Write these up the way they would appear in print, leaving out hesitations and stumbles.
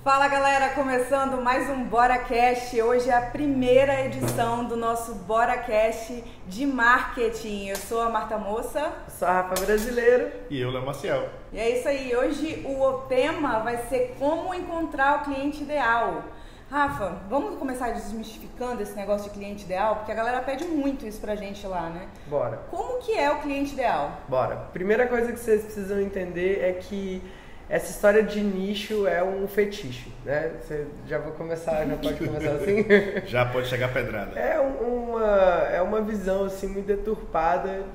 Fala galera, começando mais um BoraCast. Hoje é a primeira edição do nosso BoraCast de marketing. Eu sou a Marta Moça. Eu sou a Rafa Brasileiro. E eu, Léo Maciel. E é isso aí, hoje o tema vai ser como encontrar o cliente ideal. Rafa, vamos começar desmistificando esse negócio de cliente ideal? Porque a galera pede muito isso pra gente lá, né? Bora. Como que é o cliente ideal? Bora. Primeira coisa que vocês precisam entender é que essa história de nicho é um fetiche, né? Você já pode começar assim? Já pode chegar pedrada. É uma visão assim muito deturpada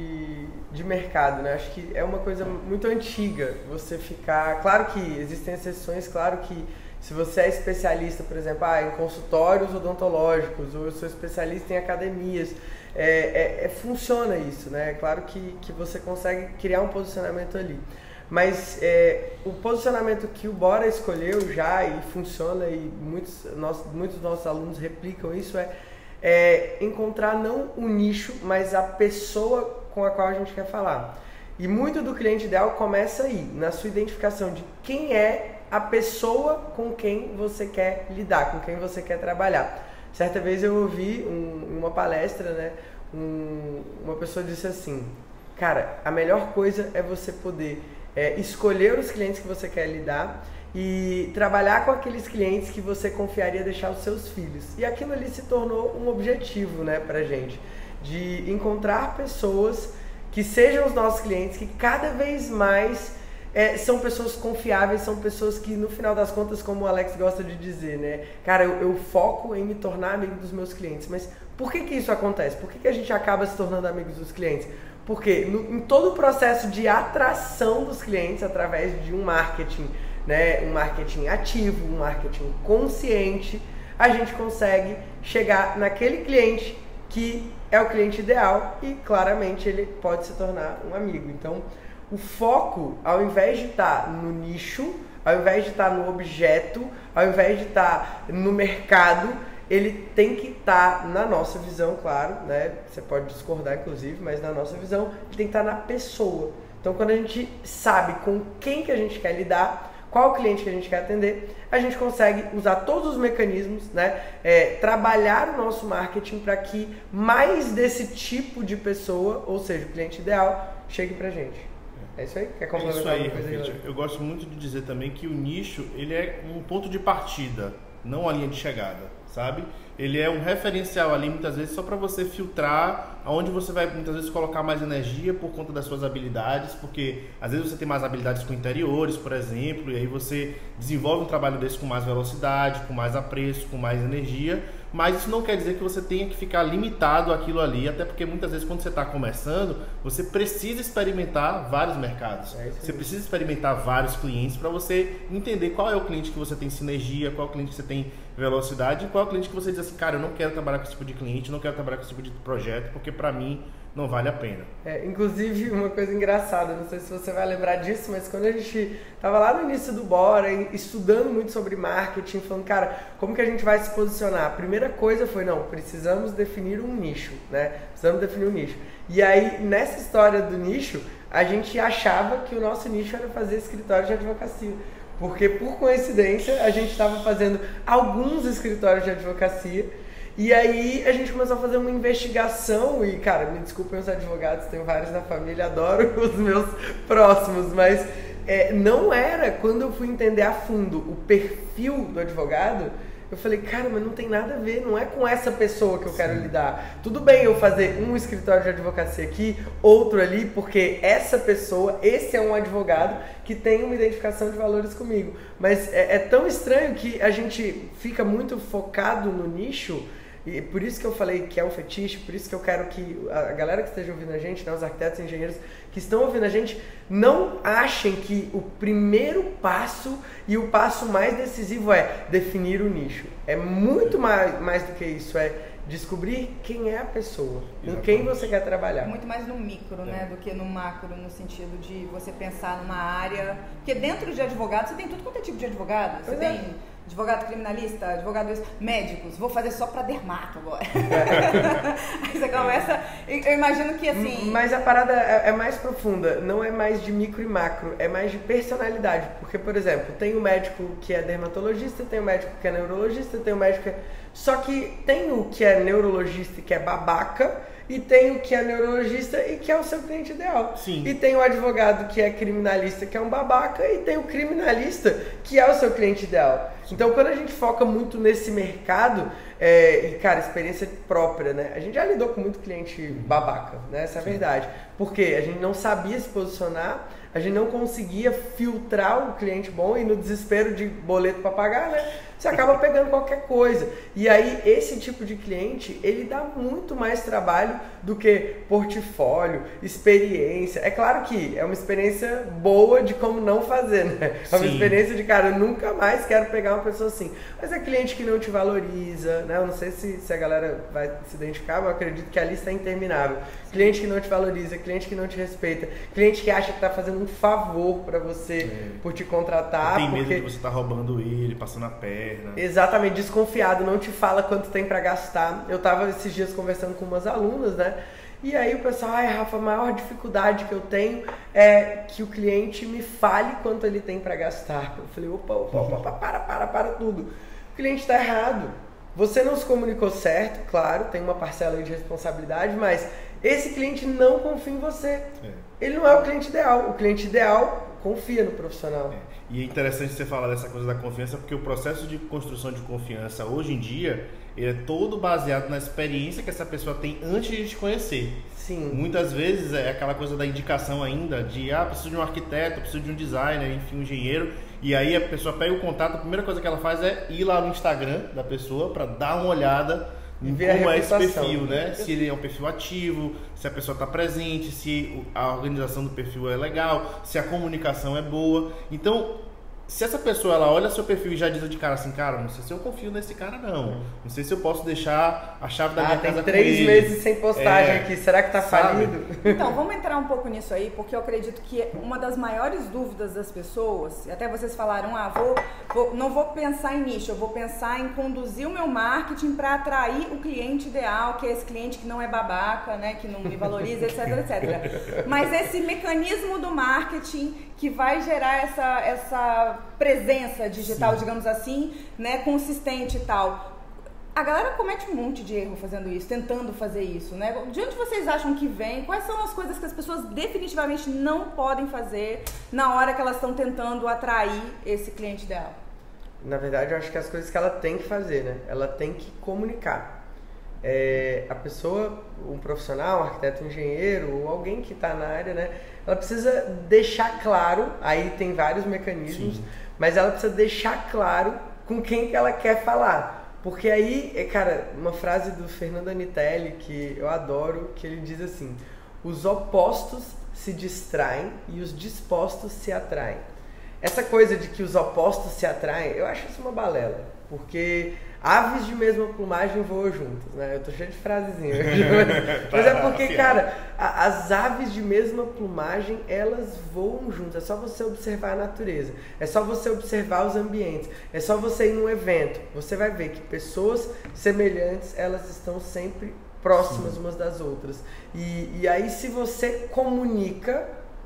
de mercado, né? Acho que é uma coisa muito antiga você ficar... Claro que existem exceções, claro que se você é especialista, por exemplo, em consultórios odontológicos, ou eu sou especialista em academias, funciona isso, né? Claro que você consegue criar um posicionamento ali. Mas o posicionamento que o Bora escolheu já e funciona, e muitos dos nossos alunos replicam isso, é encontrar não o nicho, mas a pessoa com a qual a gente quer falar. E muito do cliente ideal começa aí, na sua identificação de quem é a pessoa com quem você quer lidar, com quem você quer trabalhar. Certa vez eu ouvi uma palestra, né, uma pessoa disse assim: cara, a melhor coisa é você poder escolher os clientes que você quer lidar e trabalhar com aqueles clientes que você confiaria deixar os seus filhos. E aquilo ali se tornou um objetivo, né, pra gente, de encontrar pessoas que sejam os nossos clientes, que cada vez mais são pessoas confiáveis, são pessoas que no final das contas, como o Alex gosta de dizer, né, cara, eu foco em me tornar amigo dos meus clientes. Mas por que isso acontece? Por que a gente acaba se tornando amigos dos clientes? Porque em todo o processo de atração dos clientes através de um marketing, né, um marketing ativo, um marketing consciente, a gente consegue chegar naquele cliente que é o cliente ideal e claramente ele pode se tornar um amigo. Então, o foco, ao invés de estar no nicho, ao invés de estar no objeto, ao invés de estar no mercado, ele tem que estar na nossa visão, claro, né? Você pode discordar, inclusive, mas na nossa visão, ele tem que estar na pessoa. Então, quando a gente sabe com quem que a gente quer lidar, qual cliente que a gente quer atender, a gente consegue usar todos os mecanismos, né? Trabalhar o nosso marketing para que mais desse tipo de pessoa, ou seja, o cliente ideal, chegue pra gente. É isso aí? Quer complementar alguma coisa aí? Eu gosto muito de dizer também que o nicho, ele é um ponto de partida, não a linha de chegada, sabe? Ele é um referencial ali, muitas vezes, só para você filtrar aonde você vai, muitas vezes, colocar mais energia por conta das suas habilidades, porque às vezes você tem mais habilidades com interiores, por exemplo, e aí você desenvolve um trabalho desse com mais velocidade, com mais apreço, com mais energia, mas isso não quer dizer que você tenha que ficar limitado àquilo ali, até porque muitas vezes quando você está começando, você precisa experimentar vários mercados, você precisa experimentar vários clientes para você entender qual é o cliente que você tem sinergia, qual é o cliente que você tem velocidade, e qual é o cliente que você diz assim, cara, eu não quero trabalhar com esse tipo de cliente, não quero trabalhar com esse tipo de projeto, porque para mim não vale a pena. Inclusive, uma coisa engraçada, não sei se você vai lembrar disso, mas quando a gente estava lá no início do Bora, estudando muito sobre marketing, falando, cara, como que a gente vai se posicionar? A primeira coisa foi, não, precisamos definir um nicho, né? Precisamos definir um nicho. E aí, nessa história do nicho, a gente achava que o nosso nicho era fazer escritório de advocacia. Porque, por coincidência, a gente estava fazendo alguns escritórios de advocacia. E aí a gente começou a fazer uma investigação e, cara, me desculpem os advogados, tenho vários na família, adoro os meus próximos, mas não era, quando eu fui entender a fundo o perfil do advogado, eu falei, cara, mas não tem nada a ver, não é com essa pessoa que eu quero lidar. Tudo bem eu fazer um escritório de advocacia aqui, outro ali, porque essa pessoa, esse é um advogado que tem uma identificação de valores comigo. Mas é tão estranho que a gente fica muito focado no nicho. E por isso que eu falei que é um fetiche, por isso que eu quero que a galera que esteja ouvindo a gente, né, os arquitetos e engenheiros que estão ouvindo a gente, não achem que o primeiro passo e o passo mais decisivo é definir o nicho. É muito mais do que isso, é descobrir quem é a pessoa, com quem você quer trabalhar. Muito mais no micro, né, do que no macro, no sentido de você pensar numa área... Porque dentro de advogado, você tem tudo quanto é tipo de advogado. Você tem advogado criminalista, advogado médicos, vou fazer só para dermato agora. Aí você começa, eu imagino que assim... Mas a parada é mais profunda, não é mais de micro e macro, é mais de personalidade. Porque, por exemplo, tem o médico que é dermatologista, tem o médico que é neurologista, tem o médico que é... Só que tem o que é neurologista e que é babaca, e tem o que é neurologista e que é o seu cliente ideal. Sim. E tem o advogado que é criminalista, que é um babaca, e tem o criminalista que é o seu cliente ideal. Então, quando a gente foca muito nesse mercado, e cara, experiência própria, né? A gente já lidou com muito cliente babaca, né? Essa é a verdade. Porque a gente não sabia se posicionar, a gente não conseguia filtrar o cliente bom e no desespero de boleto para pagar, né? Você acaba pegando qualquer coisa. E aí, esse tipo de cliente, ele dá muito mais trabalho do que portfólio, experiência. É claro que é uma experiência boa de como não fazer, né? É uma experiência de, cara, eu nunca mais quero pegar uma pessoa assim. Mas é cliente que não te valoriza, né? Eu não sei se a galera vai se identificar, mas eu acredito que a lista é interminável. Cliente que não te valoriza, cliente que não te respeita, cliente que acha que tá fazendo um favor para você por te contratar. Tem medo de você tá roubando ele, passando a perna. Exatamente, desconfiado, não te fala quanto tem para gastar. Eu tava esses dias conversando com umas alunas, né? E aí o pessoal, Rafa, a maior dificuldade que eu tenho é que o cliente me fale quanto ele tem para gastar. Eu falei, opa, para tudo. O cliente tá errado. Você não se comunicou certo, claro, tem uma parcela aí de responsabilidade, mas esse cliente não confia em você. Ele não é o cliente ideal. O cliente ideal confia no profissional. E é interessante você falar dessa coisa da confiança, porque o processo de construção de confiança hoje em dia, ele é todo baseado na experiência que essa pessoa tem antes de te conhecer. Sim. Muitas vezes é aquela coisa da indicação ainda, de preciso de um arquiteto, preciso de um designer, enfim, um engenheiro, e aí a pessoa pega o contato, a primeira coisa que ela faz é ir lá no Instagram da pessoa para dar uma olhada em como é esse perfil, né? Se ele é um perfil ativo, se a pessoa está presente, se a organização do perfil é legal, se a comunicação é boa. Então, se essa pessoa ela olha seu perfil e já diz de cara assim, cara, não sei se eu confio nesse cara não sei se eu posso deixar a chave da minha casa com ele. Tem 3 meses sem postagem aqui, será que tá falido? Então, vamos entrar um pouco nisso aí, porque eu acredito que uma das maiores dúvidas das pessoas, até vocês falaram, não vou pensar em nicho, eu vou pensar em conduzir o meu marketing para atrair o cliente ideal, que é esse cliente que não é babaca, né, que não me valoriza, etc, etc. Mas esse mecanismo do marketing que vai gerar essa presença digital, digamos assim, né, consistente e tal. A galera comete um monte de erro fazendo isso, tentando fazer isso, né? De onde vocês acham que vem? Quais são as coisas que as pessoas definitivamente não podem fazer na hora que elas estão tentando atrair esse cliente ideal? Na verdade, eu acho que as coisas que ela tem que fazer, né? Ela tem que comunicar. A pessoa, um profissional, um arquiteto, um engenheiro, ou alguém que está na área, né? Ela precisa deixar claro, aí tem vários mecanismos, mas ela precisa deixar claro com quem que ela quer falar. Porque aí, cara, uma frase do Fernando Anitelli que eu adoro, que ele diz assim: os opostos se distraem e os dispostos se atraem. Essa coisa de que os opostos se atraem, eu acho isso uma balela, porque aves de mesma plumagem voam juntas, né? Eu tô cheio de frasezinha hoje, mas é porque, cara, as aves de mesma plumagem, elas voam juntas. É só você observar a natureza, é só você observar os ambientes, é só você ir num evento. Você vai ver que pessoas semelhantes, elas estão sempre próximas umas das outras. E aí, se você comunica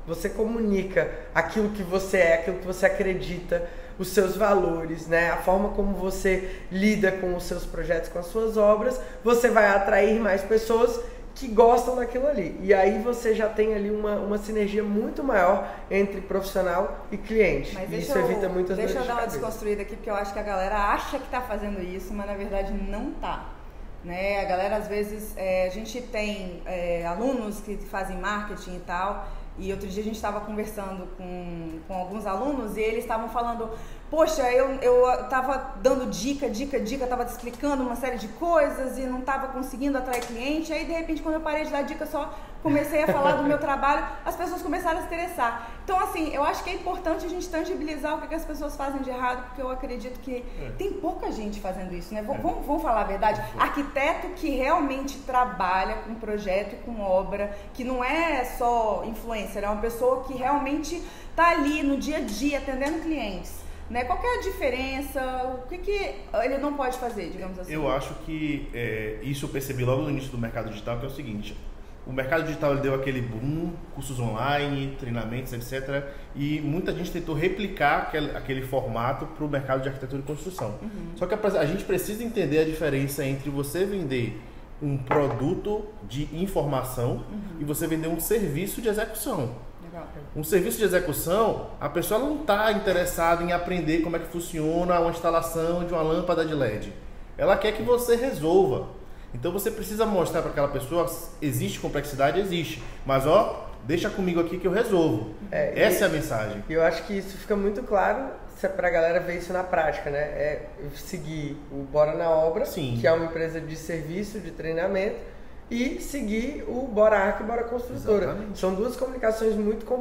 aquilo que você é, aquilo que você acredita, os seus valores, né? A forma como você lida com os seus projetos, com as suas obras, você vai atrair mais pessoas que gostam daquilo ali. E aí você já tem ali uma sinergia muito maior entre profissional e cliente. Mas e isso evita muitas dores de cabeça. Deixa eu dar uma desconstruída aqui, porque eu acho que a galera acha que está fazendo isso, mas na verdade não tá. Né? A galera, às vezes, a gente tem alunos que fazem marketing e tal, e outro dia a gente estava conversando com alguns alunos e eles estavam falando, poxa, eu estava dando dica, estava explicando uma série de coisas e não estava conseguindo atrair cliente. Aí, de repente, quando eu parei de dar dica, só comecei a falar do meu trabalho, as pessoas começaram a se interessar. Então, assim, eu acho que é importante a gente tangibilizar o que as pessoas fazem de errado, porque eu acredito que tem pouca gente fazendo isso, né? Vamos falar a verdade? Arquiteto que realmente trabalha com projeto e com obra, que não é só influencer, é uma pessoa que realmente está ali no dia a dia atendendo clientes. né? Qual que é a diferença? O que ele não pode fazer, digamos assim? Eu acho que isso eu percebi logo no início do mercado digital, que é o seguinte: o mercado digital ele deu aquele boom, cursos online, treinamentos, etc. E muita gente tentou replicar aquele formato para o mercado de arquitetura e construção. Só que a gente precisa entender a diferença entre você vender um produto de informação e você vender um serviço de execução. Legal. Um serviço de execução, a pessoa não está interessada em aprender como é que funciona uma instalação de uma lâmpada de LED. Ela quer que você resolva. Então você precisa mostrar para aquela pessoa, existe complexidade? Existe. Mas deixa comigo aqui que eu resolvo. Essa é a mensagem. Eu acho que isso fica muito claro para a galera ver isso na prática, né? É seguir o Bora na Obra, Sim. que é uma empresa de serviço, de treinamento, e seguir o Bora Arco e Bora Construtora. Exatamente. São duas comunicações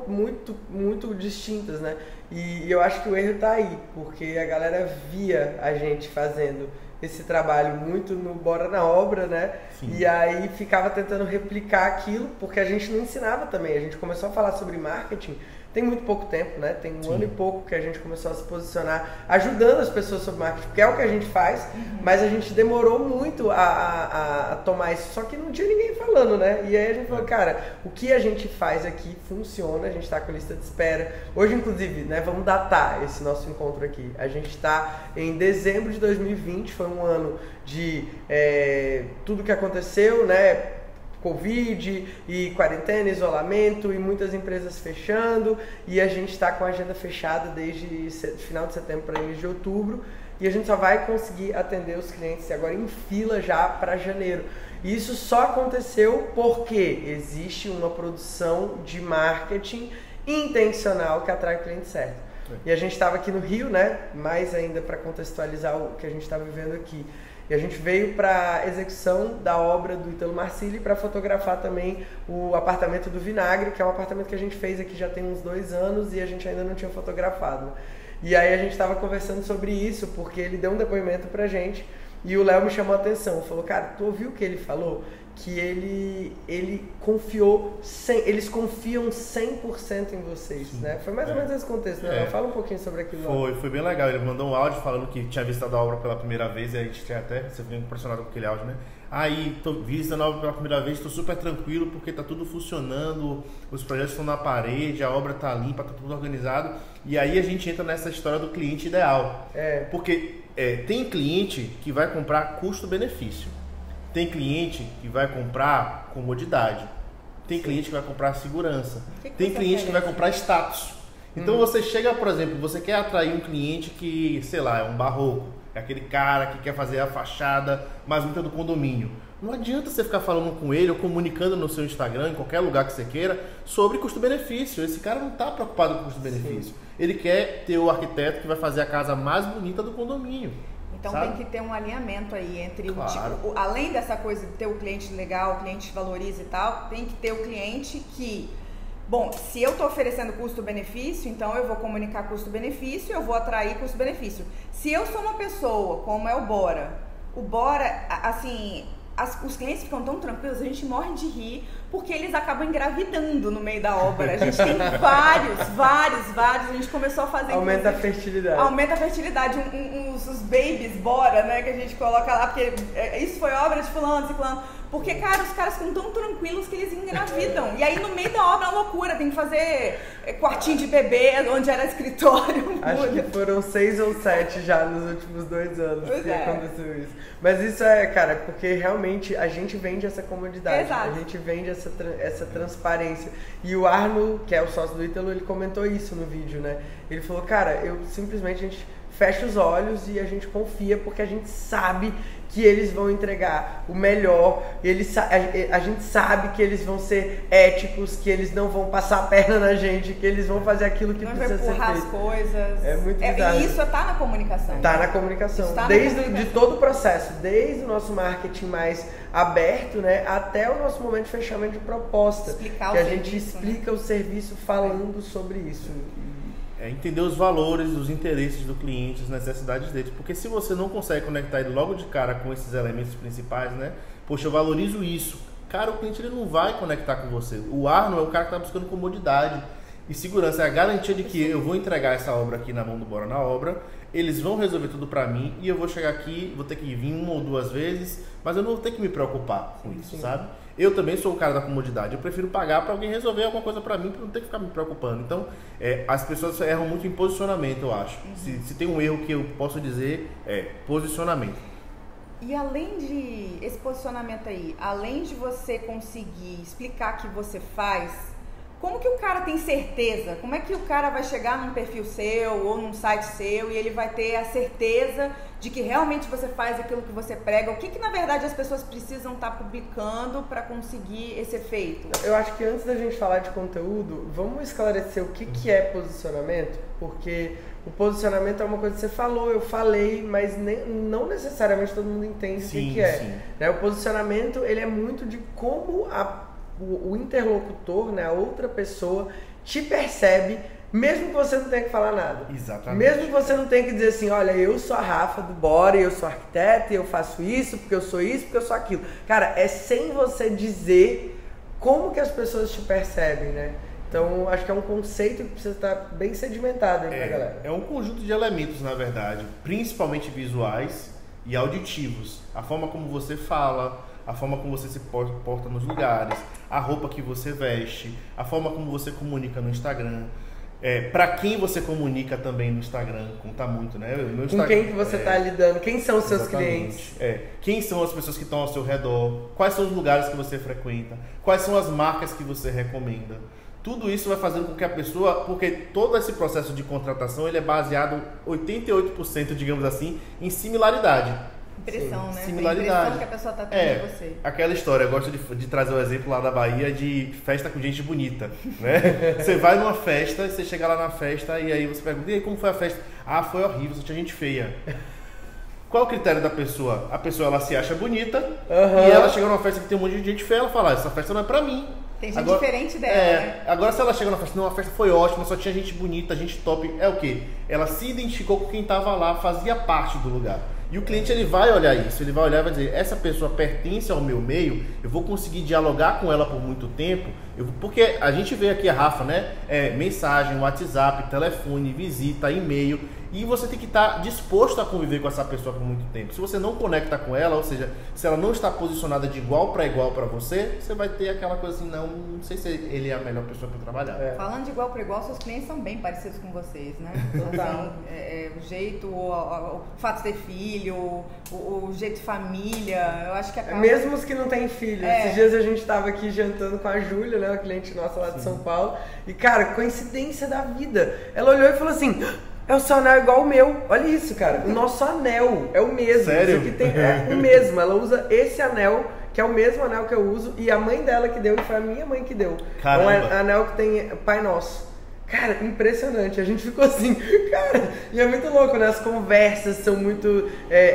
muito distintas, né? E eu acho que o erro está aí, porque a galera via a gente fazendo esse trabalho muito no Bora na Obra, né? Sim. E aí ficava tentando replicar aquilo, porque a gente não ensinava também. A gente começou a falar sobre marketing tem muito pouco tempo, né? Tem um ano e pouco que a gente começou a se posicionar ajudando as pessoas sobre marketing, que é o que a gente faz, mas a gente demorou muito a tomar isso, só que não tinha ninguém falando, né? E aí a gente falou, cara, o que a gente faz aqui funciona, a gente tá com lista de espera. Hoje, inclusive, né, vamos datar esse nosso encontro aqui. A gente tá em dezembro de 2020, foi um ano de tudo que aconteceu, né? Covid e quarentena, isolamento e muitas empresas fechando, e a gente está com a agenda fechada desde final de setembro para início de outubro, e a gente só vai conseguir atender os clientes agora em fila já para janeiro. E isso só aconteceu porque existe uma produção de marketing intencional que atrai o cliente certo. E a gente estava aqui no Rio, né? Mais ainda para contextualizar o que a gente está vivendo aqui. E a gente veio para a execução da obra do Ítalo Marcilli para fotografar também o apartamento do Vinagre, que é um apartamento que a gente fez aqui já tem uns 2 anos e a gente ainda não tinha fotografado. E aí a gente estava conversando sobre isso, porque ele deu um depoimento pra gente e o Léo me chamou a atenção. Falou, cara, tu ouviu o que ele falou? Que ele confiou, eles confiam 100% em vocês, né? Foi mais ou menos esse contexto, né? Fala um pouquinho sobre aquilo. Foi bem legal. Ele mandou um áudio falando que tinha visitado a obra pela primeira vez, e a gente tinha até, você ficou impressionado com aquele áudio, né? Aí, visitando a obra pela primeira vez, estou super tranquilo porque tá tudo funcionando, os projetos estão na parede, a obra tá limpa, tá tudo organizado. E aí a gente entra nessa história do cliente ideal. Porque tem cliente que vai comprar custo-benefício. Tem cliente que vai comprar comodidade. Tem cliente que vai comprar segurança. Tem cliente que vai comprar status. Então você chega, por exemplo, você quer atrair um cliente que, sei lá, é um barroco. É aquele cara que quer fazer a fachada mais bonita do condomínio. Não adianta você ficar falando com ele ou comunicando no seu Instagram, em qualquer lugar que você queira, sobre custo-benefício. Esse cara não está preocupado com custo-benefício. Ele quer ter o arquiteto que vai fazer a casa mais bonita do condomínio. Então sabe? tem que ter um alinhamento aí entre Claro. além dessa coisa de ter o cliente legal, o cliente valoriza e tal, tem que ter o cliente que, bom, se eu estou oferecendo custo-benefício, então eu vou comunicar custo-benefício, eu vou atrair custo-benefício. Se eu sou uma pessoa, como é o Bora, assim, os clientes ficam tão tranquilos, a gente morre de rir, porque eles acabam engravidando no meio da obra. A gente tem vários, a gente começou a fazer... Aumenta a fertilidade. Aumenta a fertilidade, os babies, Bora, né, que a gente coloca lá, porque isso foi obra de fulano, porque, cara, os caras ficam tão tranquilos que eles engravidam. E aí, no meio da obra, é uma loucura. Tem que fazer quartinho de bebê, onde era escritório. Acho que foram 6 ou 7 já nos últimos 2 anos que aconteceu isso. Mas isso cara, porque realmente a gente vende essa comodidade. Exato. A gente vende essa transparência. E o Arno, que é o sócio do Ítalo, ele comentou isso no vídeo, né? Ele falou, cara, simplesmente a gente fecha os olhos e a gente confia porque a gente sabe que eles vão entregar o melhor, a gente sabe que eles vão ser éticos, que eles não vão passar a perna na gente, que eles vão fazer aquilo que precisa ser feito. Não vai empurrar as coisas. É muito bizarro. E isso tá na comunicação. Tá na comunicação. De todo o processo, desde o nosso marketing mais aberto, né, até o nosso momento de fechamento de proposta. Explicar que o a gente serviço, explica o serviço falando sobre isso. Entender os valores, os interesses do cliente, as necessidades dele. Porque se você não consegue conectar ele logo de cara com esses elementos principais, né? Poxa, eu valorizo isso. Cara, o cliente ele não vai conectar com você. O Arno é o cara que está buscando comodidade. E segurança é a garantia de que eu vou entregar essa obra aqui na mão do Bora na Obra, eles vão resolver tudo pra mim e eu vou chegar aqui, vou ter que vir 1 ou 2 vezes, mas eu não vou ter que me preocupar com isso, sabe? Eu também sou o cara da comodidade, eu prefiro pagar pra alguém resolver alguma coisa pra mim, pra não ter que ficar me preocupando. Então, as pessoas erram muito em posicionamento, eu acho. Se tem um erro que eu posso dizer, é posicionamento. E além de esse posicionamento aí, além de você conseguir explicar o que você faz, como que o cara tem certeza? Como é que o cara vai chegar num perfil seu ou num site seu e ele vai ter a certeza de que realmente você faz aquilo que você prega? O que na verdade as pessoas precisam estar publicando para conseguir esse efeito? Eu acho que antes da gente falar de conteúdo, vamos esclarecer o que é posicionamento, porque o posicionamento é uma coisa que você falou, eu falei, mas não necessariamente todo mundo entende o que é. Né? O posicionamento, ele é muito de como o interlocutor, né, a outra pessoa, te percebe, mesmo que você não tenha que falar nada. Exatamente. Mesmo que você não tenha que dizer assim, olha, eu sou a Rafa do Bora, eu sou arquiteta, eu faço isso, porque eu sou isso, porque eu sou aquilo. Cara, é sem você dizer como que as pessoas te percebem, né? Então, acho que é um conceito que precisa estar bem sedimentado aí pra galera. É um conjunto de elementos, na verdade, principalmente visuais e auditivos. A forma como você fala, a forma como você se porta nos lugares, a roupa que você veste, a forma como você comunica no Instagram, para quem você comunica também no Instagram, conta muito, né? Com quem que você está lidando, quem são os seus clientes? Quem são as pessoas que estão ao seu redor, quais são os lugares que você frequenta, quais são as marcas que você recomenda. Tudo isso vai fazendo com que a pessoa, porque todo esse processo de contratação ele é baseado 88%, digamos assim, em similaridade. Impressão, né? Similaridade. A impressão que a pessoa tá tendo de você. Aquela história, eu gosto de trazer o exemplo lá da Bahia de festa com gente bonita, né? Você vai numa festa, você chega lá na festa e aí você pergunta, e aí como foi a festa? Ah, foi horrível, só tinha gente feia. Qual é o critério da pessoa? A pessoa, ela se acha bonita e ela chega numa festa que tem um monte de gente feia, ela fala, essa festa não é pra mim. Tem gente diferente dela, né? Agora se ela chega na festa, não, a festa foi ótima, só tinha gente bonita, gente top, é o quê? Ela se identificou com quem tava lá, fazia parte do lugar. E o cliente ele vai olhar isso, ele vai olhar e vai dizer, essa pessoa pertence ao meu meio, eu vou conseguir dialogar com ela por muito tempo, porque a gente vê aqui a Rafa, né? Mensagem, WhatsApp, telefone, visita, e-mail, e você tem que estar disposto a conviver com essa pessoa por muito tempo. Se você não conecta com ela, ou seja, se ela não está posicionada de igual para você, você vai ter aquela coisa assim, não sei se ele é a melhor pessoa para trabalhar. Falando de igual para igual, seus clientes são bem parecidos com vocês, né? Assim, o jeito, o fato de ter filho, o jeito de família, eu acho que acaba... Mesmo os que não têm filho. Esses dias a gente estava aqui jantando com a Júlia, né, uma cliente nossa lá de São Paulo, e cara, coincidência da vida, ela olhou e falou assim... É o seu anel igual o meu. Olha isso, cara. O nosso anel é o mesmo. Sério? Isso aqui é o mesmo. Ela usa esse anel, que é o mesmo anel que eu uso, e a mãe dela que deu, e foi a minha mãe que deu. Caramba. É um anel que tem Pai Nosso. Cara, impressionante. A gente ficou assim, cara, e é muito louco, né? As conversas são muito...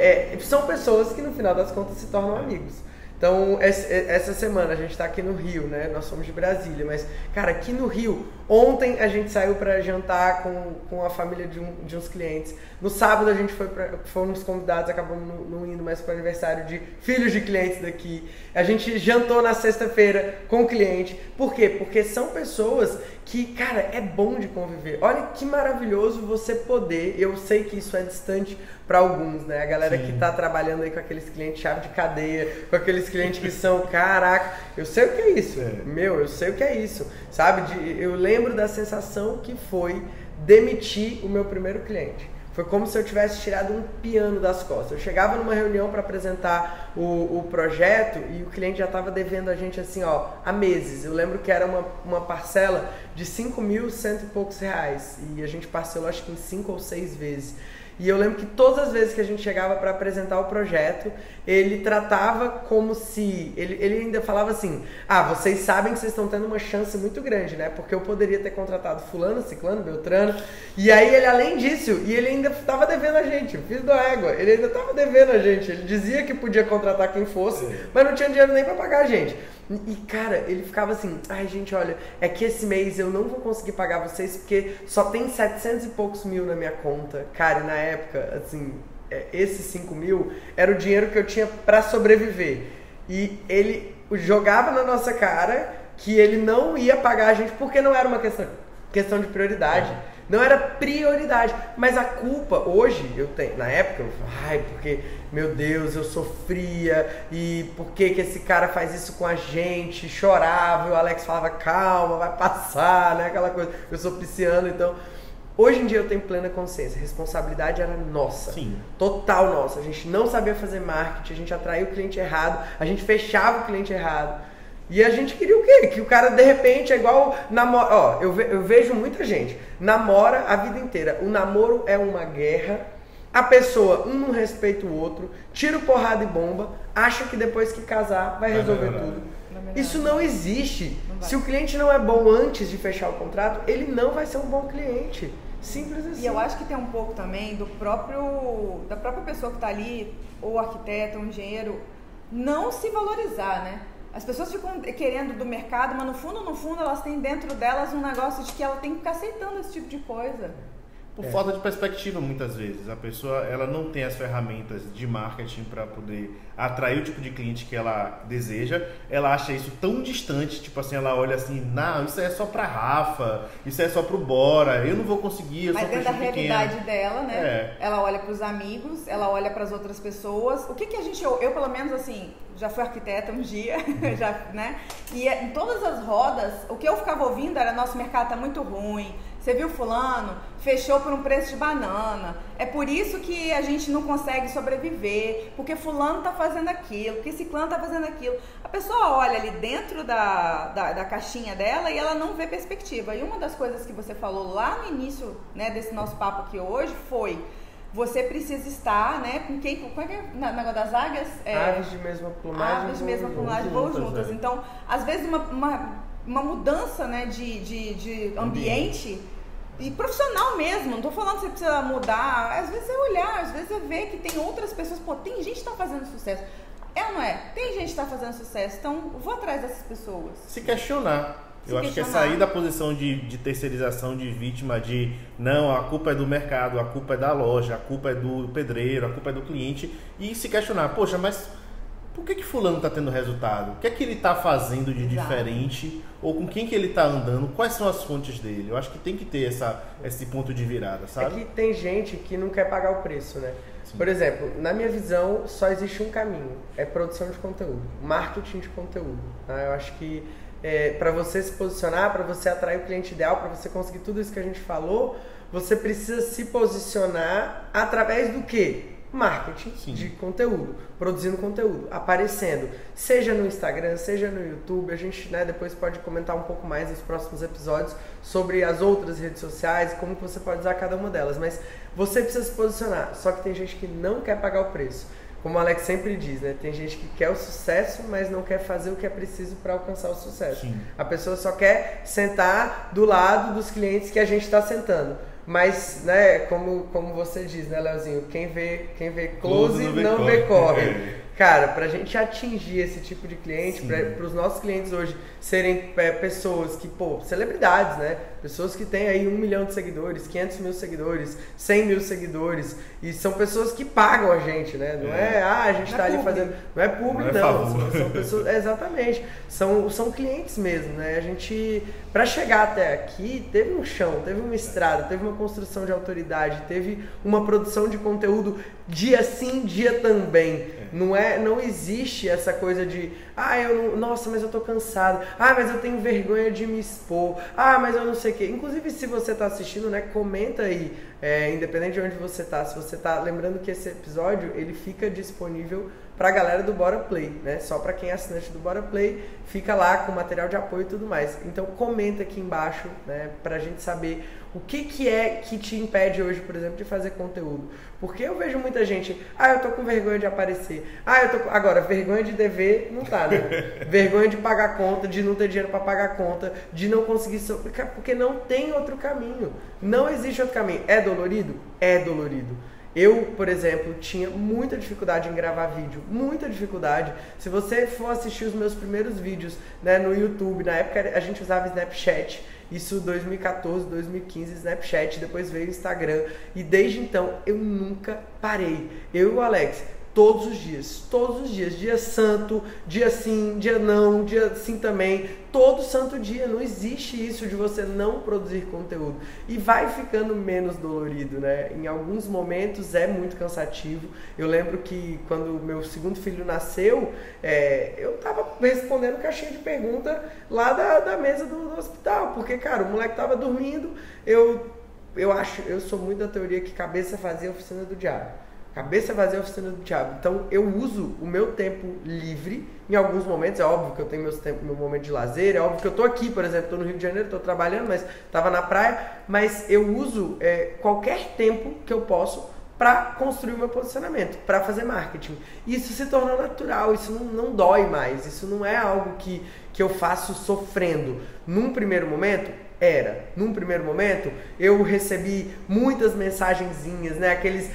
são pessoas que no final das contas se tornam amigos. Então, essa semana a gente tá aqui no Rio, né? Nós somos de Brasília, mas, cara, aqui no Rio, ontem a gente saiu pra jantar com a família de uns clientes. No sábado a gente fomos convidados, acabamos não indo mais pro aniversário de filhos de clientes daqui. A gente jantou na sexta-feira com o cliente. Por quê? Porque são pessoas que, cara, é bom de conviver. Olha que maravilhoso você poder, eu sei que isso é distante para alguns, né? A galera que tá trabalhando aí com aqueles clientes chave de cadeia, com aqueles clientes que são, caraca, eu sei o que é isso, eu sei o que é isso, sabe? Eu lembro da sensação que foi demitir o meu primeiro cliente. Foi como se eu tivesse tirado um piano das costas. Eu chegava numa reunião para apresentar o projeto e o cliente já estava devendo a gente assim, ó, há meses. Eu lembro que era uma parcela de 5.100 e poucos reais e a gente parcelou acho que em 5 ou 6 vezes. E eu lembro que todas as vezes que a gente chegava para apresentar o projeto, ele tratava como se... Ele ainda falava assim, vocês sabem que vocês estão tendo uma chance muito grande, né? Porque eu poderia ter contratado fulano, ciclano, beltrano. E aí ele, além disso, e ele ainda estava devendo a gente, o filho da égua, ele ainda estava devendo a gente. Ele dizia que podia contratar quem fosse, mas não tinha dinheiro nem para pagar a gente. E, cara, ele ficava assim, gente, olha, é que esse mês eu não vou conseguir pagar vocês porque só tem 700 e poucos mil na minha conta. Cara, e na época, assim, esses 5 mil era o dinheiro que eu tinha pra sobreviver. E ele jogava na nossa cara que ele não ia pagar a gente porque não era uma questão questão de prioridade. Não era prioridade, mas a culpa hoje eu tenho, na época eu, porque meu Deus, eu sofria e por que esse cara faz isso com a gente, chorava, e o Alex falava calma, vai passar, né, aquela coisa, eu sou pisciano, então hoje em dia eu tenho plena consciência, a responsabilidade era nossa, Sim. Total nossa, a gente não sabia fazer marketing, a gente atraiu o cliente errado, a gente fechava o cliente errado. E a gente queria o quê? Que o cara, de repente, é igual namoro. Ó, eu vejo muita gente, namora a vida inteira. O namoro é uma guerra, a pessoa, um não respeita o outro, tira porrada e bomba, acha que depois que casar vai resolver tudo. Isso não existe. Se o cliente não é bom antes de fechar o contrato, ele não vai ser um bom cliente. Simples assim. E eu acho que tem um pouco também da própria pessoa que está ali, ou arquiteto, ou engenheiro, não se valorizar, né? As pessoas ficam querendo do mercado, mas no fundo elas têm dentro delas um negócio de que ela tem que ficar aceitando esse tipo de coisa. Por falta de perspectiva, muitas vezes. A pessoa ela não tem as ferramentas de marketing para poder atrair o tipo de cliente que ela deseja. Ela acha isso tão distante, tipo assim, ela olha assim, não, isso é só para Rafa, isso é só pro Bora, eu não vou conseguir, eu sou Mas dentro da realidade dela, né? Ela olha para os amigos, ela olha para as outras pessoas. O que a gente, eu pelo menos assim, já fui arquiteta um dia, já, né? E em todas as rodas, o que eu ficava ouvindo era, nosso mercado tá muito ruim. Você viu fulano? Fechou por um preço de banana. É por isso que a gente não consegue sobreviver. Porque fulano tá fazendo aquilo, porque ciclano tá fazendo aquilo. A pessoa olha ali dentro da caixinha dela e ela não vê perspectiva. E uma das coisas que você falou lá no início, né, desse nosso papo aqui hoje foi: você precisa estar, né, com quem? Como é que é o negócio das águias? Aves de mesma plumagem. Aves de mesma plumagem voam juntas. Então, às vezes uma mudança, né, de ambiente e profissional mesmo, não tô falando que você precisa mudar, às vezes é olhar, às vezes é ver que tem outras pessoas, pô, tem gente que tá fazendo sucesso, ou não é? Tem gente que tá fazendo sucesso, então eu vou atrás dessas pessoas. Se questionar. Eu acho que é sair da posição de terceirização, de vítima, de não, a culpa é do mercado, a culpa é da loja, a culpa é do pedreiro, a culpa é do cliente, e se questionar, poxa, mas por que fulano está tendo resultado? O que é que ele está fazendo de diferente? Ou com quem que ele está andando? Quais são as fontes dele? Eu acho que tem que ter esse ponto de virada, sabe? É que tem gente que não quer pagar o preço, né? Sim. Por exemplo, na minha visão, só existe um caminho. É produção de conteúdo. Marketing de conteúdo. Tá? Eu acho que para você se posicionar, para você atrair o cliente ideal, para você conseguir tudo isso que a gente falou, você precisa se posicionar através do quê? Marketing. Sim. De conteúdo, produzindo conteúdo, aparecendo, seja no Instagram, seja no YouTube. A gente, né, depois pode comentar um pouco mais nos próximos episódios sobre as outras redes sociais, como que você pode usar cada uma delas, mas você precisa se posicionar. Só que tem gente que não quer pagar o preço. Como o Alex sempre diz, né? Tem gente que quer o sucesso, mas não quer fazer o que é preciso para alcançar o sucesso. Sim. A pessoa só quer sentar do lado dos clientes que a gente está sentando. Mas, né, como você diz, né, Leozinho? Quem vê close não vê corre. Cara, pra gente atingir esse tipo de cliente, para os nossos clientes hoje serem pessoas que, celebridades, né? Pessoas que têm aí 1 milhão de seguidores, 500 mil seguidores, 100 mil seguidores, e são pessoas que pagam a gente, né? Não é a gente tá ali fazendo... Não é público, não. São pessoas... Exatamente. São clientes mesmo, né? A gente, pra chegar até aqui, teve um chão, teve uma estrada, teve uma construção de autoridade, teve uma produção de conteúdo dia sim, dia também. Não existe essa coisa de nossa, mas eu tô cansado, mas eu tenho vergonha de me expor, mas eu não sei o que. Inclusive, se você tá assistindo, né, comenta aí, independente de onde você tá, se você tá lembrando que esse episódio, ele fica disponível pra galera do Bora Play, né, só pra quem é assinante do Bora Play, fica lá com material de apoio e tudo mais. Então comenta aqui embaixo, né, pra gente saber o que é que te impede hoje, por exemplo, de fazer conteúdo. Porque eu vejo muita gente, eu tô com vergonha de aparecer. Agora, vergonha de dever não tá, né? Vergonha de pagar conta, de não ter dinheiro para pagar conta, de não conseguir... Porque não tem outro caminho. Não existe outro caminho. É dolorido? É dolorido. Eu, por exemplo, tinha muita dificuldade em gravar vídeo, muita dificuldade. Se você for assistir os meus primeiros vídeos, né, no YouTube, na época a gente usava Snapchat, isso 2014, 2015, Snapchat, depois veio o Instagram, e desde então eu nunca parei. Eu e o Alex, todos os dias, dia santo, dia sim, dia não, dia sim também, todo santo dia. Não existe isso de você não produzir conteúdo, e vai ficando menos dolorido, né? Em alguns momentos é muito cansativo. Eu lembro que quando meu segundo filho nasceu, eu tava respondendo caixinha de pergunta lá da mesa do hospital, porque, cara, o moleque tava dormindo. Eu sou muito da teoria que cabeça vazia é a oficina do diabo. Cabeça vazia é a oficina do diabo. Então eu uso o meu tempo livre em alguns momentos. É óbvio que eu tenho meu momento de lazer. É óbvio que eu tô aqui, por exemplo, tô no Rio de Janeiro, tô trabalhando, mas tava na praia. Mas eu uso qualquer tempo que eu posso para construir o meu posicionamento, para fazer marketing. Isso se tornou natural, isso não dói mais. Isso não é algo que eu faço sofrendo. Num primeiro momento, eu recebi muitas mensagenzinhas, né?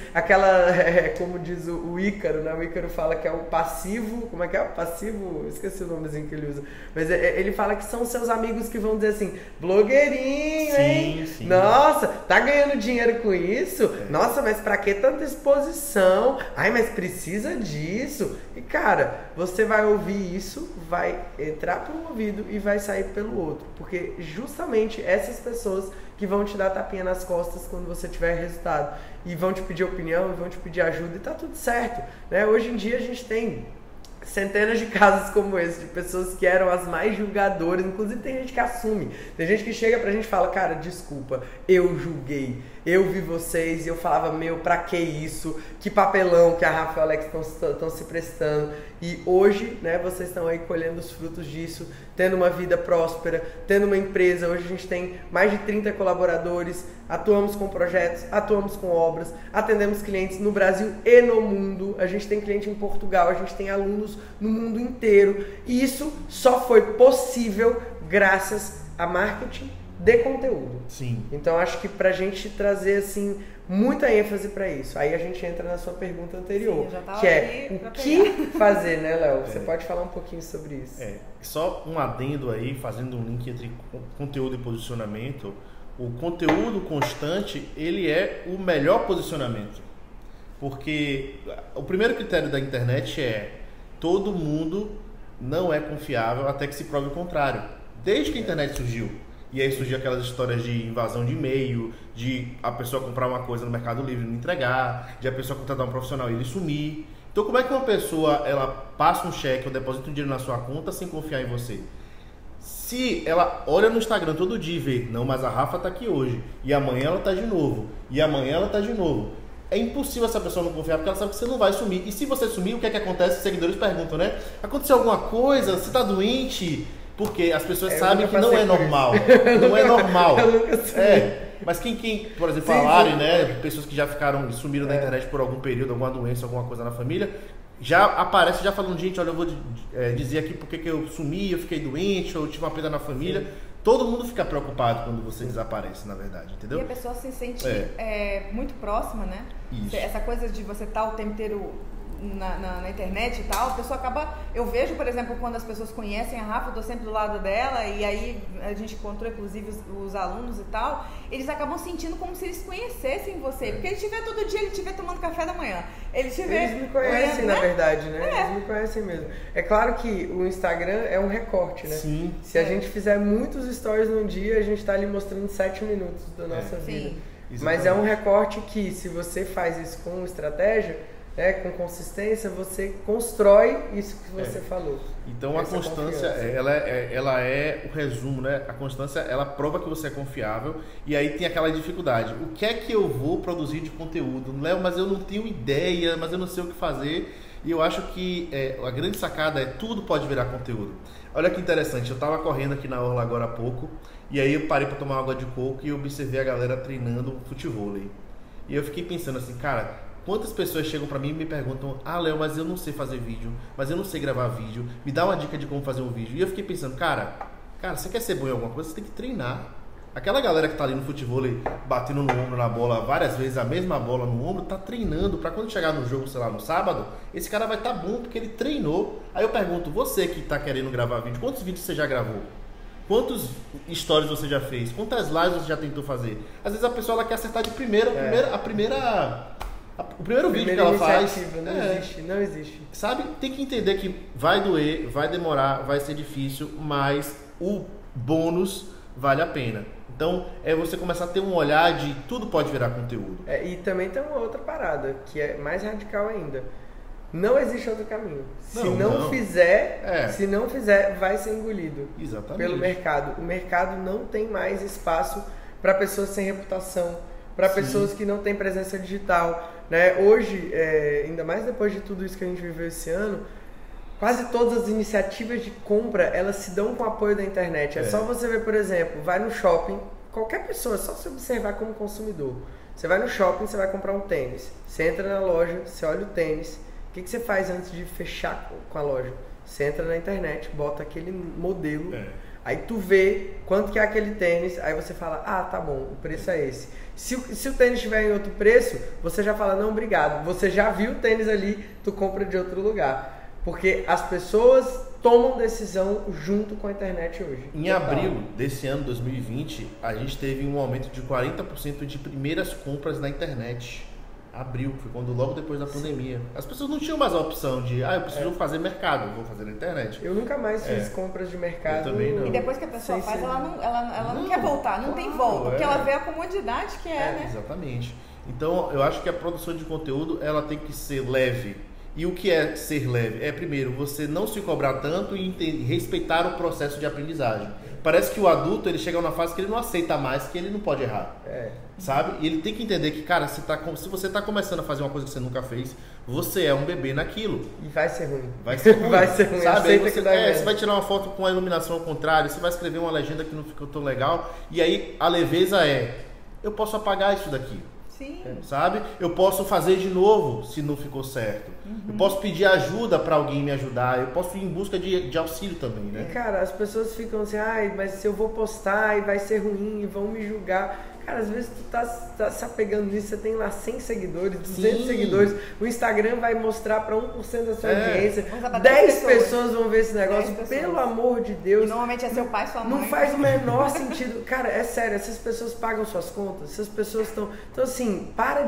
Como diz o Ícaro, né? O Ícaro fala que é o passivo, como é que é? O passivo, esqueci o nomezinho que ele usa, mas ele fala que são seus amigos que vão dizer assim, blogueirinho, hein? Sim. Nossa, tá ganhando dinheiro com isso? Nossa, mas pra que tanta exposição? Ai, mas precisa disso? E cara, você vai ouvir isso, vai entrar por um ouvido e vai sair pelo outro, porque justamente essas pessoas que vão te dar tapinha nas costas quando você tiver resultado, e vão te pedir opinião, e vão te pedir ajuda, e tá tudo certo, né? Hoje em dia a gente tem centenas de casos como esse, de pessoas que eram as mais julgadoras. Inclusive tem gente que assume, tem gente que chega pra gente e fala, cara, desculpa, eu julguei, eu vi vocês e eu falava, meu, pra que isso? Que papelão que a Rafa e o Alex estão se prestando. E hoje, né, vocês estão aí colhendo os frutos disso, tendo uma vida próspera, tendo uma empresa. Hoje a gente tem mais de 30 colaboradores, atuamos com projetos, atuamos com obras, atendemos clientes no Brasil e no mundo. A gente tem cliente em Portugal, a gente tem alunos no mundo inteiro. E isso só foi possível graças a marketing de conteúdo. Sim. Então acho que pra gente trazer assim muita ênfase para isso. Aí a gente entra na sua pergunta anterior, que é o que fazer, né, Léo? Você pode falar um pouquinho sobre isso? Só um adendo aí, fazendo um link entre conteúdo e posicionamento. O conteúdo constante, ele é o melhor posicionamento. Porque o primeiro critério da internet é todo mundo não é confiável até que se prove o contrário. Desde que a internet surgiu. E aí surgiu aquelas histórias de invasão de e-mail, de a pessoa comprar uma coisa no Mercado Livre e não entregar, de a pessoa contratar um profissional e ele sumir. Então como é que uma pessoa ela passa um cheque ou deposita um dinheiro na sua conta sem confiar em você? Se ela olha no Instagram todo dia e vê, não, mas a Rafa tá aqui hoje, e amanhã ela tá de novo, e amanhã ela tá de novo. É impossível essa pessoa não confiar, porque ela sabe que você não vai sumir. E se você sumir, o que é que acontece? Os seguidores perguntam, né? Aconteceu alguma coisa? Você tá doente? Porque as pessoas sabem que não é normal. Não é normal. Mas quem, por exemplo, falarem, né? Pessoas que já sumiram da internet por algum período, alguma doença, alguma coisa na família, já aparece, já falando, gente, olha, eu vou dizer aqui porque que eu sumi, eu fiquei doente, ou tive uma perda na família. Sim. Todo mundo fica preocupado quando você desaparece, na verdade, entendeu? E a pessoa se sente muito próxima, né? Isso. Essa coisa de você estar o tempo inteiro na internet e tal, a pessoa acaba... Eu vejo, por exemplo, quando as pessoas conhecem a Rafa, eu tô sempre do lado dela, e aí a gente encontrou, inclusive, os alunos e tal, eles acabam sentindo como se eles conhecessem você, porque ele estiver todo dia, ele estiver tomando café da manhã. Eles me conhecem, na verdade, né? Eles me conhecem mesmo. É claro que o Instagram é um recorte, né? Sim. Se a gente fizer muitos stories num dia, a gente tá ali mostrando 7 minutos da nossa vida. Sim. Mas é um recorte que, se você faz isso com estratégia, com consistência, você constrói isso que você falou. Então a constância, ela é o resumo, né? A constância, ela prova que você é confiável, e aí tem aquela dificuldade. O que é que eu vou produzir de conteúdo? Léo, mas eu não tenho ideia, mas eu não sei o que fazer. E eu acho que a grande sacada é tudo pode virar conteúdo. Olha que interessante, eu estava correndo aqui na orla agora há pouco, e aí eu parei para tomar água de coco e observei a galera treinando futevôlei. E eu fiquei pensando assim, cara, quantas pessoas chegam pra mim e me perguntam, Léo, mas eu não sei fazer vídeo, mas eu não sei gravar vídeo, me dá uma dica de como fazer um vídeo. E eu fiquei pensando, cara, você quer ser bom em alguma coisa, você tem que treinar. Aquela galera que tá ali no futevôlei, batendo no ombro na bola várias vezes, a mesma bola no ombro, tá treinando pra quando chegar no jogo, sei lá, no sábado, esse cara vai estar bom porque ele treinou. Aí eu pergunto, você que tá querendo gravar vídeo, quantos vídeos você já gravou? Quantos stories você já fez? Quantas lives você já tentou fazer? Às vezes a pessoa ela quer acertar de primeira, a primeira O primeiro vídeo que ela faz... Não existe. Sabe? Tem que entender que vai doer, vai demorar, vai ser difícil, mas o bônus vale a pena. Então, é você começar a ter um olhar de tudo pode virar conteúdo. E também tem uma outra parada, que é mais radical ainda. Não existe outro caminho. Se não fizer, vai ser engolido. Exatamente. Pelo mercado. O mercado não tem mais espaço para pessoas sem reputação, para pessoas que não têm presença digital, né? Hoje, ainda mais depois de tudo isso que a gente viveu esse ano, quase todas as iniciativas de compra, elas se dão com o apoio da internet. É só você ver, por exemplo, vai no shopping, qualquer pessoa, é só se observar como consumidor. Você vai no shopping, você vai comprar um tênis. Você entra na loja, você olha o tênis. O que você faz antes de fechar com a loja? Você entra na internet, bota aquele modelo, aí tu vê quanto que é aquele tênis, aí você fala, tá bom, o preço é esse. Se o tênis estiver em outro preço, você já fala, não, obrigado. Você já viu o tênis ali, tu compra de outro lugar. Porque as pessoas tomam decisão junto com a internet hoje. Em abril desse ano, 2020, a gente teve um aumento de 40% de primeiras compras na internet. Abril, foi quando logo depois da pandemia. As pessoas não tinham mais a opção de, eu preciso fazer mercado, vou fazer na internet. Eu nunca mais fiz compras de mercado. Eu também não. E depois que a pessoa faz, ela não quer voltar, não tem volta, porque ela vê a comodidade que né? Exatamente. Então, eu acho que a produção de conteúdo, ela tem que ser leve. E o que é ser leve? É, primeiro, você não se cobrar tanto e respeitar o processo de aprendizagem. Parece que o adulto, ele chega numa fase que ele não aceita mais, que ele não pode errar. Sabe? E ele tem que entender que, cara, se você está começando a fazer uma coisa que você nunca fez, você é um bebê naquilo. E vai ser ruim. Vai ser ruim. Vai ser ruim. Sabe? Você vai tirar uma foto com a iluminação ao contrário, você vai escrever uma legenda que não ficou tão legal, e aí a leveza eu posso apagar isso daqui. Sim. Sabe? Eu posso fazer de novo se não ficou certo. Eu posso pedir ajuda para alguém me ajudar. Eu posso ir em busca de auxílio também, né? E, cara, as pessoas ficam assim, mas se eu vou postar e vai ser ruim e vão me julgar. Cara, às vezes tu tá se apegando nisso, você tem lá 100 seguidores, 200 seguidores, o Instagram vai mostrar para 1% da sua audiência, 10 pessoas vão ver esse negócio, pelo amor de Deus. E normalmente é seu pai, sua mãe. Não faz o menor sentido. Cara, é sério, essas pessoas pagam suas contas, essas pessoas estão... Então assim, para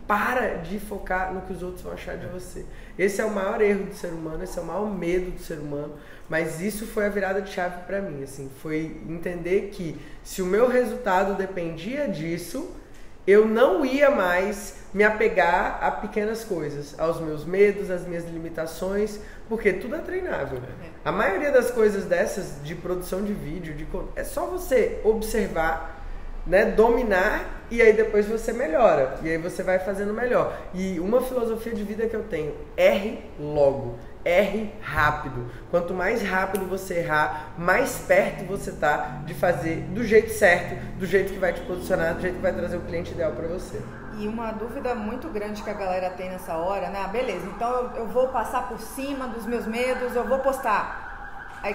de focar no que os outros vão achar de você. Esse é o maior erro do ser humano, esse é o maior medo do ser humano. Mas isso foi a virada de chave para mim, assim, foi entender que se o meu resultado dependia disso, eu não ia mais me apegar a pequenas coisas, aos meus medos, às minhas limitações, porque tudo é treinável. A maioria das coisas dessas de produção de vídeo, é só você observar, né, dominar, e aí depois você melhora, e aí você vai fazendo melhor. E uma filosofia de vida que eu tenho, erre logo. Erre rápido. Quanto mais rápido você errar, mais perto você tá de fazer do jeito certo, do jeito que vai te posicionar, do jeito que vai trazer o cliente ideal para você. E uma dúvida muito grande que a galera tem nessa hora, né? Beleza, então eu vou passar por cima dos meus medos, eu vou postar. Aí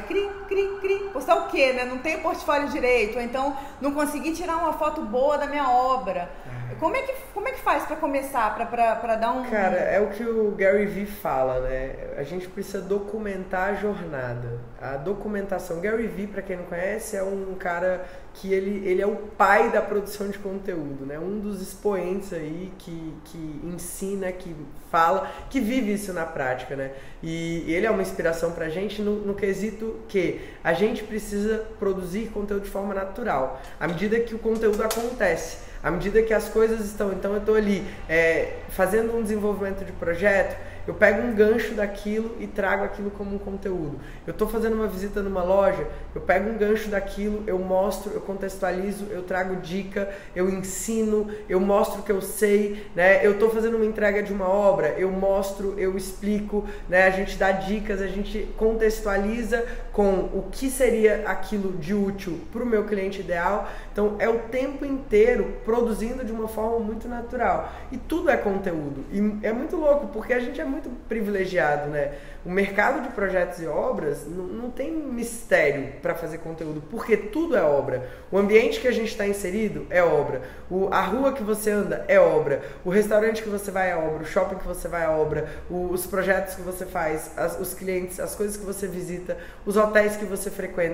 postar o quê, né? Não tem portfólio direito, ou então não consegui tirar uma foto boa da minha obra. Como é que faz para começar, para dar um... Cara, é o que o Gary Vee fala, né? A gente precisa documentar a jornada. A documentação. Gary Vee, para quem não conhece, é um cara que ele é o pai da produção de conteúdo, né? Um dos expoentes aí que ensina, que fala, que vive isso na prática, né? E ele é uma inspiração pra gente no quesito que a gente precisa produzir conteúdo de forma natural, à medida que o conteúdo acontece. À medida que as coisas estão, então eu estou ali fazendo um desenvolvimento de projeto, eu pego um gancho daquilo e trago aquilo como um conteúdo. Eu estou fazendo uma visita numa loja, eu pego um gancho daquilo, eu mostro, eu contextualizo, eu trago dica, eu ensino, eu mostro o que eu sei, né? Eu estou fazendo uma entrega de uma obra, eu mostro, eu explico, né? A gente dá dicas, a gente contextualiza com o que seria aquilo de útil para o meu cliente ideal. Então é o tempo inteiro produzindo de uma forma muito natural. E tudo é conteúdo. E é muito louco, porque a gente é muito privilegiado, né? O mercado de projetos e obras não tem mistério para fazer conteúdo, porque tudo é obra. O ambiente que a gente está inserido é obra. A rua que você anda é obra. O restaurante que você vai é obra. O shopping que você vai é obra. Os projetos que você faz, os clientes, as coisas que você visita, os hotéis que você frequenta,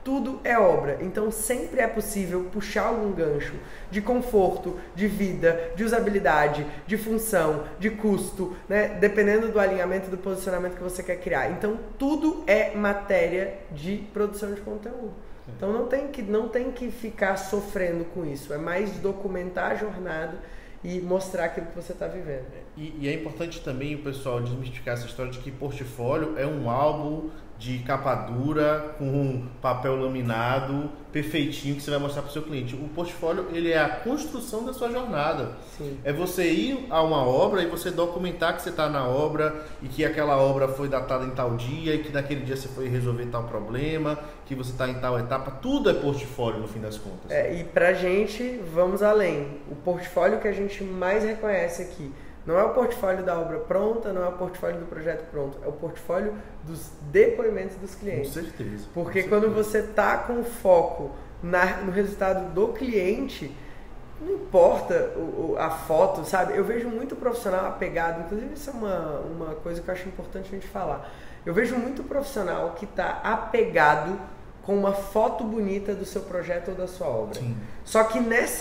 tudo é obra. Então sempre é possível puxar algum gancho de conforto, de vida, de usabilidade, de função, de custo, né? Dependendo do alinhamento, do posicionamento que você quer criar. Então tudo é matéria de produção de conteúdo. Então não tem que ficar sofrendo com isso. É mais documentar a jornada e mostrar aquilo que você está vivendo. E é importante também o pessoal desmistificar essa história de que portfólio é um álbum de capa dura com papel laminado perfeitinho que você vai mostrar para o seu cliente. O portfólio, ele é a construção da sua jornada. Sim. É você ir a uma obra e você documentar que você está na obra e que aquela obra foi datada em tal dia e que naquele dia você foi resolver tal problema, que você está em tal etapa. Tudo é portfólio no fim das contas. E pra gente, vamos além. O portfólio que a gente mais reconhece aqui não é o portfólio da obra pronta, não é o portfólio do projeto pronto, é o portfólio dos depoimentos dos clientes. Com certeza. Porque com quando certeza. você tá com foco no resultado do cliente, não importa a foto, sabe? Eu vejo muito profissional apegado, inclusive isso é uma coisa que eu acho importante a gente falar. Eu vejo muito profissional que tá apegado com uma foto bonita do seu projeto ou da sua obra. Sim. Só que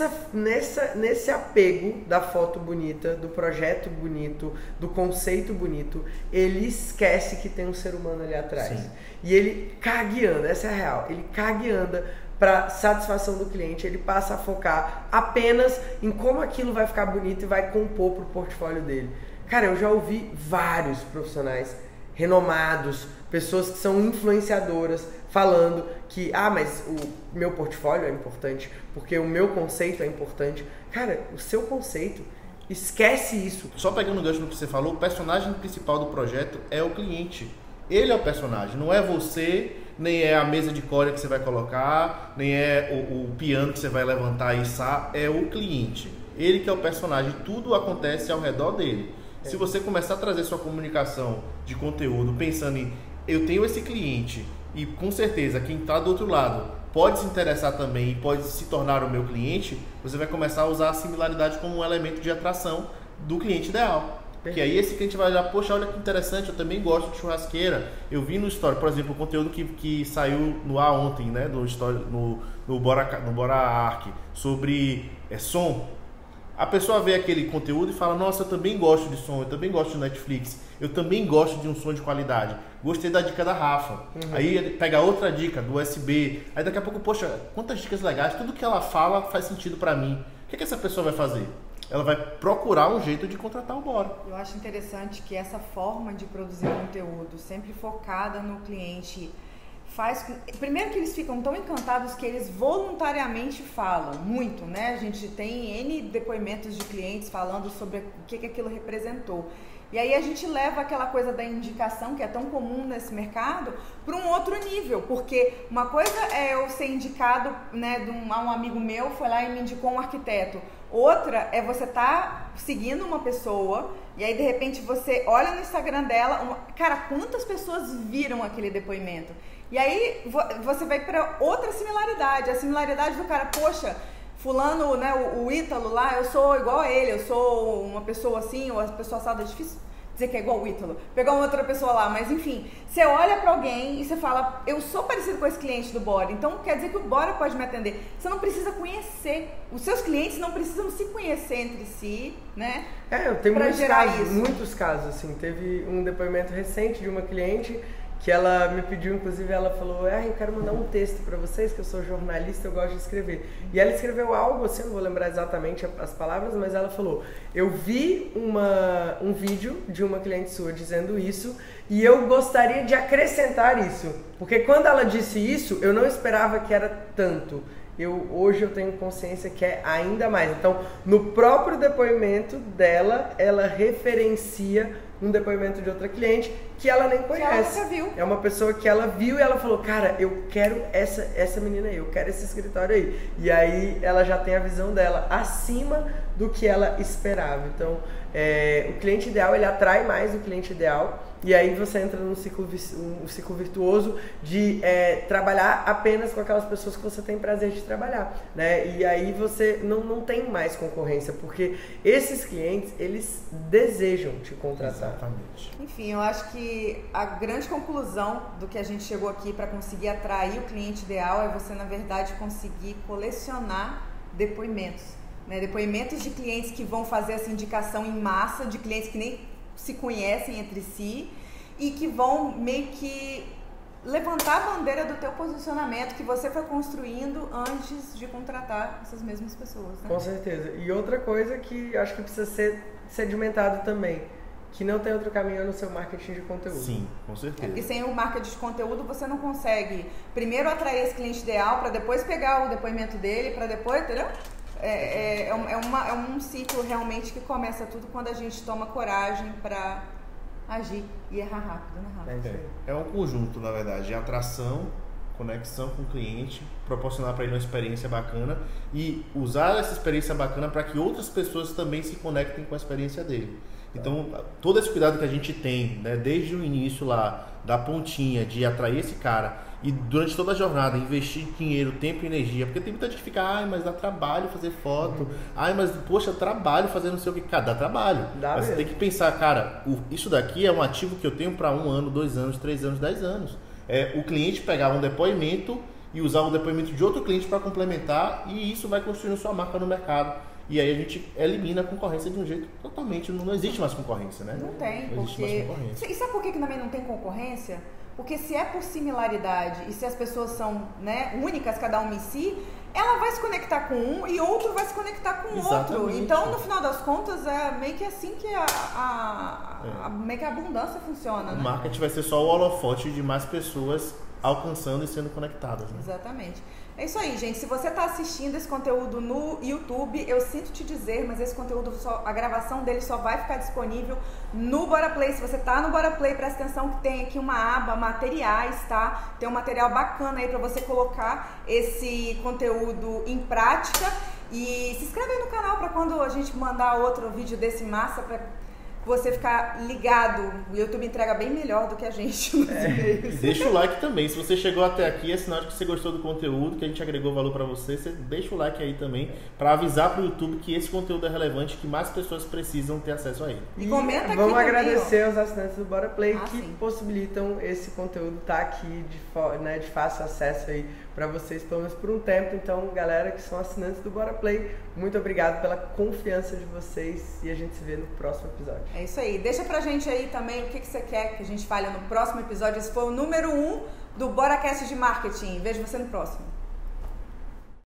nesse apego da foto bonita, do projeto bonito, do conceito bonito, ele esquece que tem um ser humano ali atrás. Sim. E ele caga e anda, essa é a real, ele caga e anda para satisfação do cliente, ele passa a focar apenas em como aquilo vai ficar bonito e vai compor pro portfólio dele. Cara, eu já ouvi vários profissionais renomados, pessoas que são influenciadoras, falando que, mas o meu portfólio é importante, porque o meu conceito é importante. Cara, o seu conceito, esquece isso. Só pegando o gancho no que você falou, o personagem principal do projeto é o cliente. Ele é o personagem, não é você, nem é a mesa de corda que você vai colocar, nem é o piano que você vai levantar e içar, é o cliente. Ele que é o personagem, tudo acontece ao redor dele. Se você começar a trazer sua comunicação de conteúdo pensando em eu tenho esse cliente e com certeza quem está do outro lado pode se interessar também e pode se tornar o meu cliente, você vai começar a usar a similaridade como um elemento de atração do cliente ideal. Porque aí esse cliente vai olhar, poxa, olha que interessante, eu também gosto de churrasqueira. Eu vi no Story, por exemplo, o conteúdo que saiu no ar ontem, né, no Bora Arc, sobre som. A pessoa vê aquele conteúdo e fala, nossa, eu também gosto de som, eu também gosto de Netflix, eu também gosto de um som de qualidade. Gostei da dica da Rafa. Aí ele pega outra dica do USB. Aí daqui a pouco, poxa, quantas dicas legais, tudo que ela fala faz sentido pra mim. O que essa pessoa vai fazer? Ela vai procurar um jeito de contratar o Bora. Eu acho interessante que essa forma de produzir conteúdo, sempre focada no cliente, primeiro que eles ficam tão encantados que eles voluntariamente falam muito, né? A gente tem N depoimentos de clientes falando sobre o que aquilo representou. E aí a gente leva aquela coisa da indicação, que é tão comum nesse mercado, para um outro nível. Porque uma coisa é eu ser indicado, né, um amigo meu foi lá e me indicou um arquiteto. Outra é você estar seguindo uma pessoa e aí de repente você olha no Instagram dela, cara, quantas pessoas viram aquele depoimento? E aí você vai para outra similaridade, a similaridade do cara, poxa, fulano, né, o Ítalo lá, eu sou igual a ele, eu sou uma pessoa assim, ou a pessoa assada, é difícil dizer que é igual o Ítalo, pegar uma outra pessoa lá, mas enfim, você olha pra alguém e você fala, eu sou parecido com esse cliente do Bora, então quer dizer que o Bora pode me atender. Você não precisa conhecer, os seus clientes não precisam se conhecer entre si, né? Eu tenho muitos casos, assim, teve um depoimento recente de uma cliente que ela me pediu, inclusive ela falou, eu quero mandar um texto para vocês, que eu sou jornalista, eu gosto de escrever. E ela escreveu algo assim, eu não vou lembrar exatamente as palavras, mas ela falou, eu vi um vídeo de uma cliente sua dizendo isso e eu gostaria de acrescentar isso. Porque quando ela disse isso, eu não esperava que era tanto. Hoje eu tenho consciência que é ainda mais. Então, no próprio depoimento dela, ela referencia um depoimento de outra cliente que ela nem conhece. Que ela viu. É uma pessoa que ela viu e ela falou, cara, eu quero essa menina aí, eu quero esse escritório aí. E aí ela já tem a visão dela acima do que ela esperava. Então, o cliente ideal, ele atrai mais o cliente ideal, e aí você entra num ciclo virtuoso de trabalhar apenas com aquelas pessoas que você tem prazer de trabalhar, né? E aí você não tem mais concorrência, porque esses clientes, eles desejam te contratar. Exatamente. Enfim, eu acho que a grande conclusão do que a gente chegou aqui para conseguir atrair o cliente ideal é você, na verdade, conseguir colecionar depoimentos, né? Depoimentos de clientes que vão fazer essa indicação em massa, de clientes que nem se conhecem entre si e que vão meio que levantar a bandeira do teu posicionamento que você foi construindo antes de contratar essas mesmas pessoas, né? Com certeza. E outra coisa que acho que precisa ser sedimentado também, que não tem outro caminho no seu marketing de conteúdo. Sim, com certeza. Porque sem o marketing de conteúdo você não consegue primeiro atrair esse cliente ideal para depois pegar o depoimento dele, para depois, entendeu? É um ciclo realmente que começa tudo quando a gente toma coragem para agir e errar rápido, né, Rafa? É um conjunto, na verdade, de atração, conexão com o cliente, proporcionar para ele uma experiência bacana e usar essa experiência bacana para que outras pessoas também se conectem com a experiência dele. Então, todo esse cuidado que a gente tem, né, desde o início lá, da pontinha, de atrair esse cara e durante toda a jornada investir dinheiro, tempo e energia, porque tem muita gente que fica, mas dá trabalho fazer foto, mas poxa, trabalho fazer não sei o que, cara, dá trabalho. Mas você tem que pensar, cara, isso daqui é um ativo que eu tenho para 1 ano, 2 anos, 3 anos, 10 anos. O cliente pegar um depoimento e usar o depoimento de outro cliente para complementar, e isso vai construindo sua marca no mercado. E aí a gente elimina a concorrência de um jeito totalmente... Não existe mais concorrência, né? Não tem, não existe mais concorrência. E sabe por que também não tem concorrência? Porque se é por similaridade e se as pessoas são, né, únicas, cada uma em si, ela vai se conectar com um e outro vai se conectar com o outro. Então, no final das contas, é meio que assim que meio que a abundância funciona, né? O marketing vai ser só o holofote de mais pessoas alcançando e sendo conectadas, né? Exatamente. É isso aí, gente. Se você está assistindo esse conteúdo no YouTube, eu sinto te dizer, mas esse conteúdo, a gravação dele só vai ficar disponível no Bora Play. Se você está no Bora Play, presta atenção que tem aqui uma aba materiais, tá? Tem um material bacana aí para você colocar esse conteúdo em prática. E se inscreve aí no canal para quando a gente mandar outro vídeo desse massa, para você ficar ligado. O YouTube entrega bem melhor do que a gente nos e-mails. Deixa o like também. Se você chegou até aqui, é sinal de que você gostou do conteúdo, que a gente agregou valor para você. Você deixa o like aí também para avisar para o YouTube que esse conteúdo é relevante, que mais pessoas precisam ter acesso a ele. E comenta aqui vamos também, agradecer aos assinantes do Bora Play que sim, possibilitam esse conteúdo estar aqui de fácil acesso aí para vocês, pelo menos por um tempo. Então, galera que são assinantes do Bora Play, muito obrigado pela confiança de vocês e a gente se vê no próximo episódio. É isso aí. Deixa pra gente aí também o que você quer que a gente fale no próximo episódio. Esse foi o número 1 do BoraCast de Marketing. Vejo você no próximo.